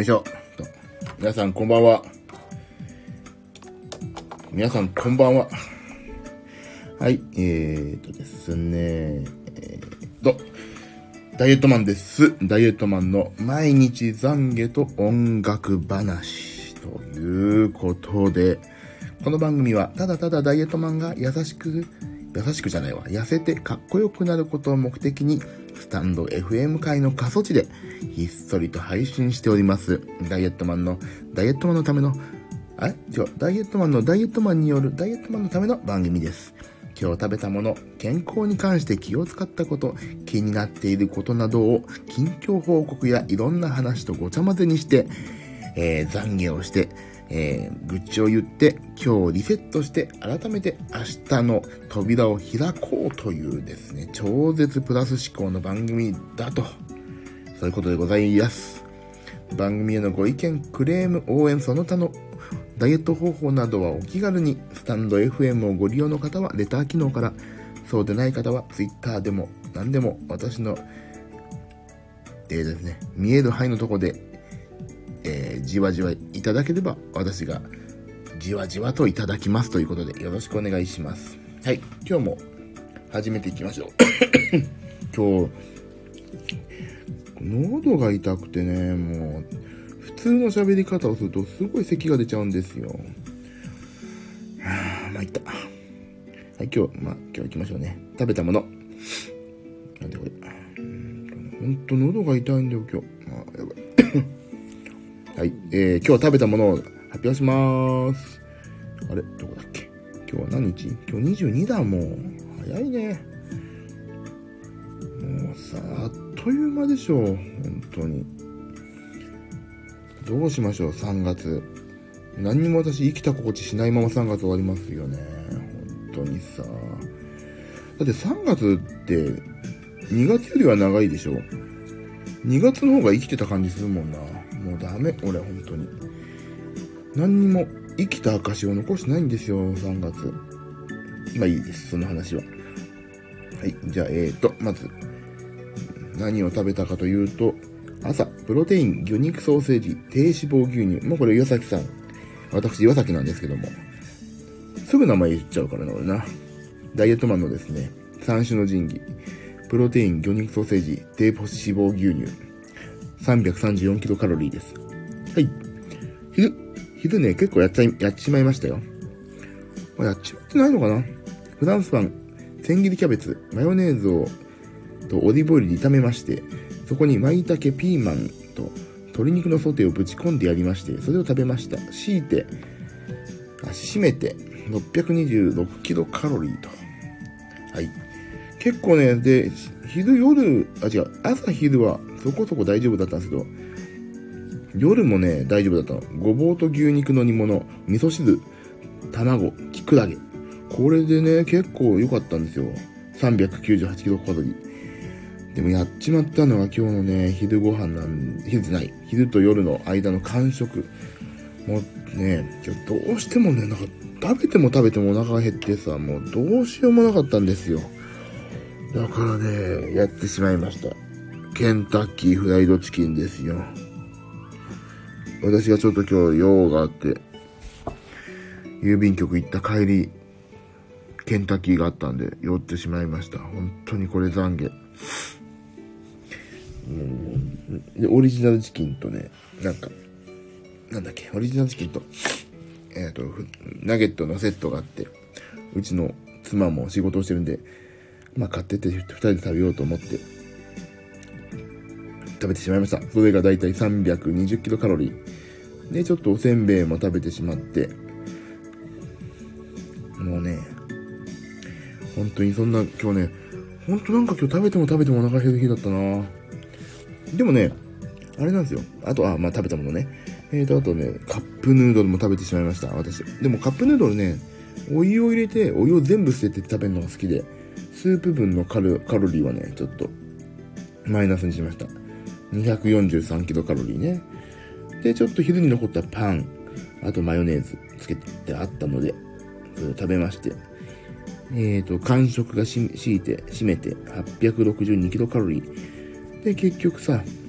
いしょと。皆さんこんばんは。はい、ですね、ダイエットマンです。ダイエットマンの毎日懺悔と音楽話ということで、この番組はただただダイエットマンが痩せてかっこよくなることを目的に、スタンド FM 界の過疎地でひっそりと配信しております。ダイエットマンのための番組です。今日食べたもの、健康に関して気を使ったこと、気になっていることなどを近況報告やいろんな話とごちゃ混ぜにして、懺悔をして、愚痴を言って今日リセットして改めて明日の扉を開こうというですね、超絶プラス思考の番組だと、そういうことでございます。番組へのご意見、クレーム、応援、その他のダイエット方法などはお気軽に、スタンド FM をご利用の方はレター機能から、そうでない方は Twitter でも何でも私の、ですね、見える範囲のところで、じわじわいただければ私がじわじわといただきますということで、よろしくお願いします。はい、今日も始めていきましょう。今日喉が痛くてね、もう普通の喋り方をするとすごい咳が出ちゃうんですよ。まあいった。はい、今日行きましょうね。食べたもの。なんでこれ。ほんと喉が痛いんだよ今日。やばい。はい、今日食べたものを発表します。あれ、どこだっけ。今日は何日？今日22だもん。早いね。もうさ、あっという間でしょう。本当に。どうしましょう、3月。何にも私生きた心地しないまま3月終わりますよね。本当にさ。だって3月って2月よりは長いでしょ。2月の方が生きてた感じするもんな。もうダメ、俺本当に。何にも生きた証を残してないんですよ、3月。まあいいです、その話は。はい、じゃあ、まず、何を食べたかというと、朝、プロテイン、魚肉ソーセージ、低脂肪牛乳。もうこれ岩崎さん。私岩崎なんですけども。すぐ名前言っちゃうからな、俺な。ダイエットマンのですね、3種の神器。プロテイン、魚肉ソーセージ、低脂肪牛乳。334キロカロリーです。はい。昼ね、結構やっちまいましたよ。やっちまってないのかな。フランスパン、千切りキャベツ、マヨネーズをとオリーブオイルで炒めまして、そこに舞茸、ピーマンと鶏肉のソテーをぶち込んでやりまして、それを食べました。締めて626キロカロリーと。はい。結構ね、で、朝昼はそこそこ大丈夫だったんですけど、夜もね、大丈夫だったの。ごぼうと牛肉の煮物、味噌汁、卵、きくらげ。これでね、結構良かったんですよ。398キロカロリー。でもやっちまったのが今日のね、昼と夜の間の間食。もうね、今日どうしてもね、なんか食べてもお腹が減ってさ、もうどうしようもなかったんですよ。だからね、やってしまいました。ケンタッキーフライドチキンですよ。私がちょっと今日用があって、郵便局行った帰り、ケンタッキーがあったんで、寄ってしまいました。本当にこれ懺悔。で、オリジナルチキンとね、オリジナルチキンと、ナゲットのセットがあって、うちの妻も仕事をしてるんで、買ってって2人で食べようと思って、食べてしまいました。それがだいたい320キロカロリー。で、ちょっとおせんべいも食べてしまって、もうね、本当にそんな、今日ね、本当なんか今日食べてもお腹減る日だったな。でもね、あれなんですよ。あとは、食べたものね。あとね、カップヌードルも食べてしまいました、私。でもカップヌードルね、お湯を入れて、お湯を全部捨てて食べるのが好きで、スープ分のカロリーはね、ちょっと、マイナスにしました。243キロカロリーね。で、ちょっと昼に残ったパン、あとマヨネーズつけてあったので、それを食べまして、間食が締めて862キロカロリー。で、結局さ、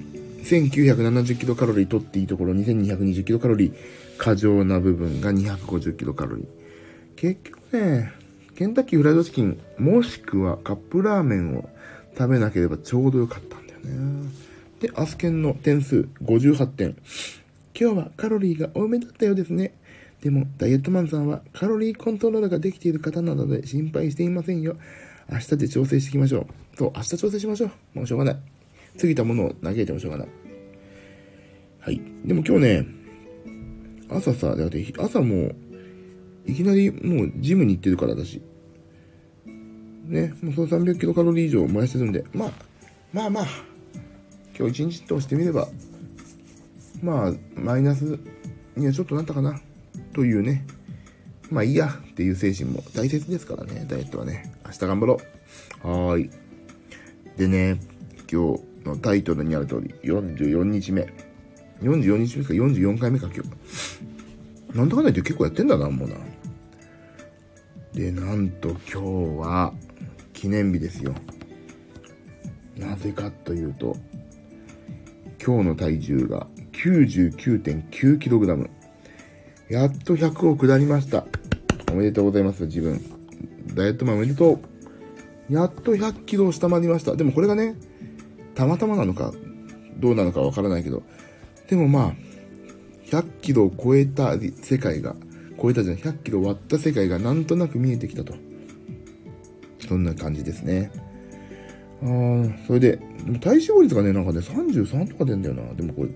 1970キロカロリー取っていいところ2220キロカロリー、過剰な部分が250キロカロリー。結局ね、ケンタッキーフライドチキンもしくはカップラーメンを食べなければちょうどよかったんだよね。で、アスケンの点数58点。今日はカロリーが多めだったようですね。でもダイエットマンさんはカロリーコントロールができている方なので心配していませんよ。明日で調整していきましょう。そう、明日調整しましょう。もうしょうがない。過ぎたものを嘆いてもしょうがない。はい。でも今日ね、朝さ、だって朝もう、いきなりもうジムに行ってるからだし。ね、もうその300キロカロリー以上燃やしてるんで、まあ、今日一日通してみれば、まあ、マイナスにはちょっとなったかな、というね。まあいいやっていう精神も大切ですからね、ダイエットはね。明日頑張ろう。はーい。でね、今日のタイトルにある通り、44日目。44日目か44回目か今日。なんだかんだ言って結構やってんだな、もうな。で、なんと今日は記念日ですよ。なぜかというと、今日の体重が 99.9kg。やっと100を下りました。おめでとうございます、自分。ダイエットマンおめでとう。やっと100キロを下回りました。でもこれがね、たまたまなのか、どうなのかわからないけど、でもまあ、100キロを超えた世界が、100キロ割った世界がなんとなく見えてきたと。そんな感じですね。それで、体脂肪率がね、なんかね、33とか出るんだよな。でもこれ、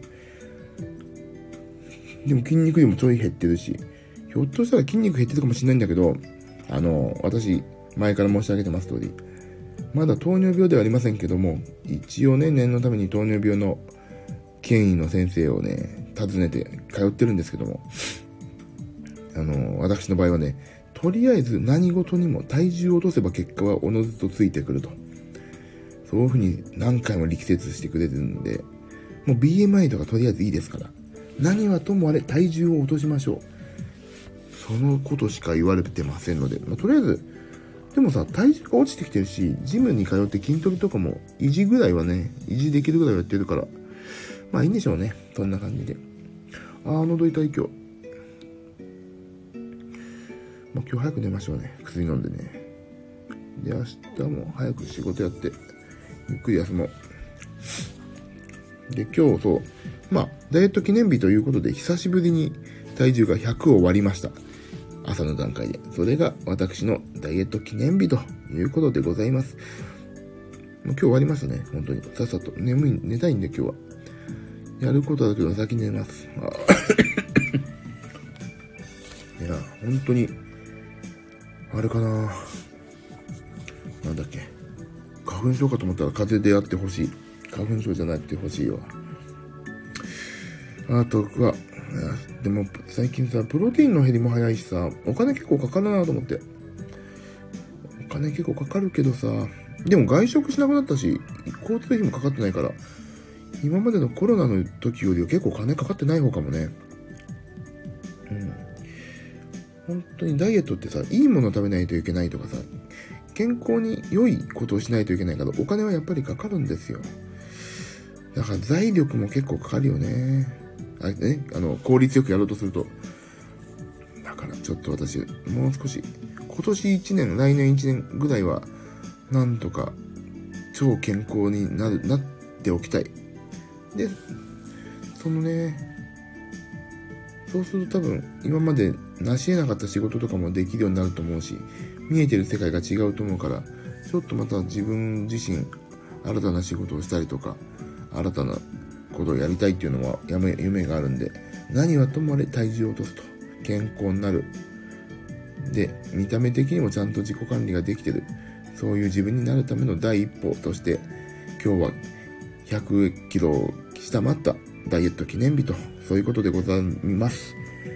でも筋肉量もちょい減ってるし、ひょっとしたら筋肉減ってるかもしれないんだけど、私、前から申し上げてます通り、まだ糖尿病ではありませんけども、一応ね、念のために糖尿病の権威の先生をね、訪ねて通ってるんですけども、私の場合はね、とりあえず何事にも体重を落とせば結果はおのずとついてくると。そういうふうに何回も力説してくれてるんで、もう BMI とかとりあえずいいですから。何はともあれ体重を落としましょう。そのことしか言われてませんので、とりあえず、でもさ、体重が落ちてきてるし、ジムに通って筋トレとかも維持ぐらいはね、維持できるぐらいはやってるから、まあいいんでしょうね。そんな感じで。喉痛い今日。もう今日早く寝ましょうね。薬飲んでね。で、明日も早く仕事やって、ゆっくり休もう。で、今日そう、ダイエット記念日ということで、久しぶりに体重が100を割りました。朝の段階で。それが私のダイエット記念日ということでございます。もう今日終わりましたね。本当に。さっさと。寝たいんで今日は。やることだけど先寝ます。いや、本当に、あれかな。なんだっけ。花粉症かと思ったら風邪であってほしい。花粉症じゃなくてほしいわ。あとは、でも最近さ、プロテインの減りも早いしさ、お金結構かかるなと思って。お金結構かかるけどさ、でも外食しなくなったし、交通費もかかってないから、今までのコロナの時よりは結構金かかってない方かもね。本当にダイエットってさ、いいもの食べないといけないとかさ、健康に良いことをしないといけないから、お金はやっぱりかかるんですよ。だから財力も結構かかるよね。効率よくやろうとすると。だからちょっと私、もう少し、今年1年、来年1年ぐらいは、なんとか、超健康になっておきたい。で、そうすると多分、今まで成し得なかった仕事とかもできるようになると思うし、見えてる世界が違うと思うから、ちょっとまた自分自身、新たな仕事をしたりとか、新たなことをやりたいっていうのは夢があるんで、何はともあれ体重を落とすと、健康になる。で、見た目的にもちゃんと自己管理ができてる。そういう自分になるための第一歩として、今日は100キロを下回ったダイエット記念日と、そういうことでございます。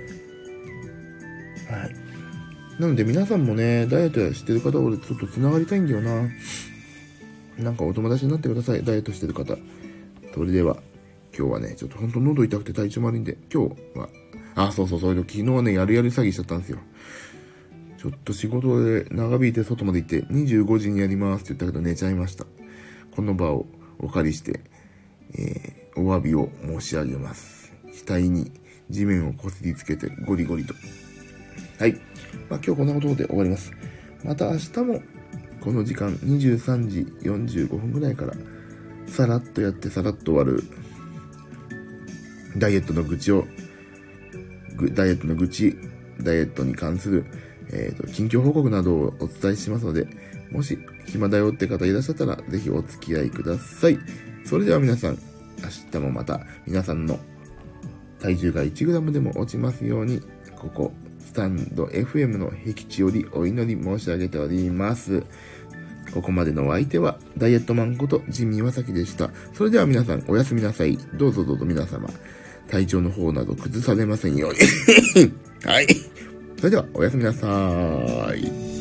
はい。なので皆さんもね、ダイエットしてる方、俺ちょっと繋がりたいんだよな。なんかお友達になってください、ダイエットしてる方。それでは、今日はね、ちょっとほんと喉痛くて体調悪いんで、今日は、そう、昨日ね、やる詐欺しちゃったんですよ。ちょっと仕事で長引いて外まで行って、25時にやりますって言ったけど寝ちゃいました。この場をお借りして、 お詫びを申し上げます。額に地面をこすりつけてゴリゴリと。はい。今日こんなことで終わります。また明日もこの時間23時45分ぐらいからさらっとやってさらっと終わるダイエットの愚痴、ダイエットに関する、近況報告などをお伝えしますので、もし暇だよって方いらっしゃったらぜひお付き合いください。それでは皆さん、明日もまた皆さんの体重が 1g でも落ちますように、ここスタンド FM の僻地よりお祈り申し上げております。ここまでのお相手はダイエットマンことジミー・ワサキでした。それでは皆さんおやすみなさい。どうぞ皆様体調の方など崩されませんようにはい。それではおやすみなさい。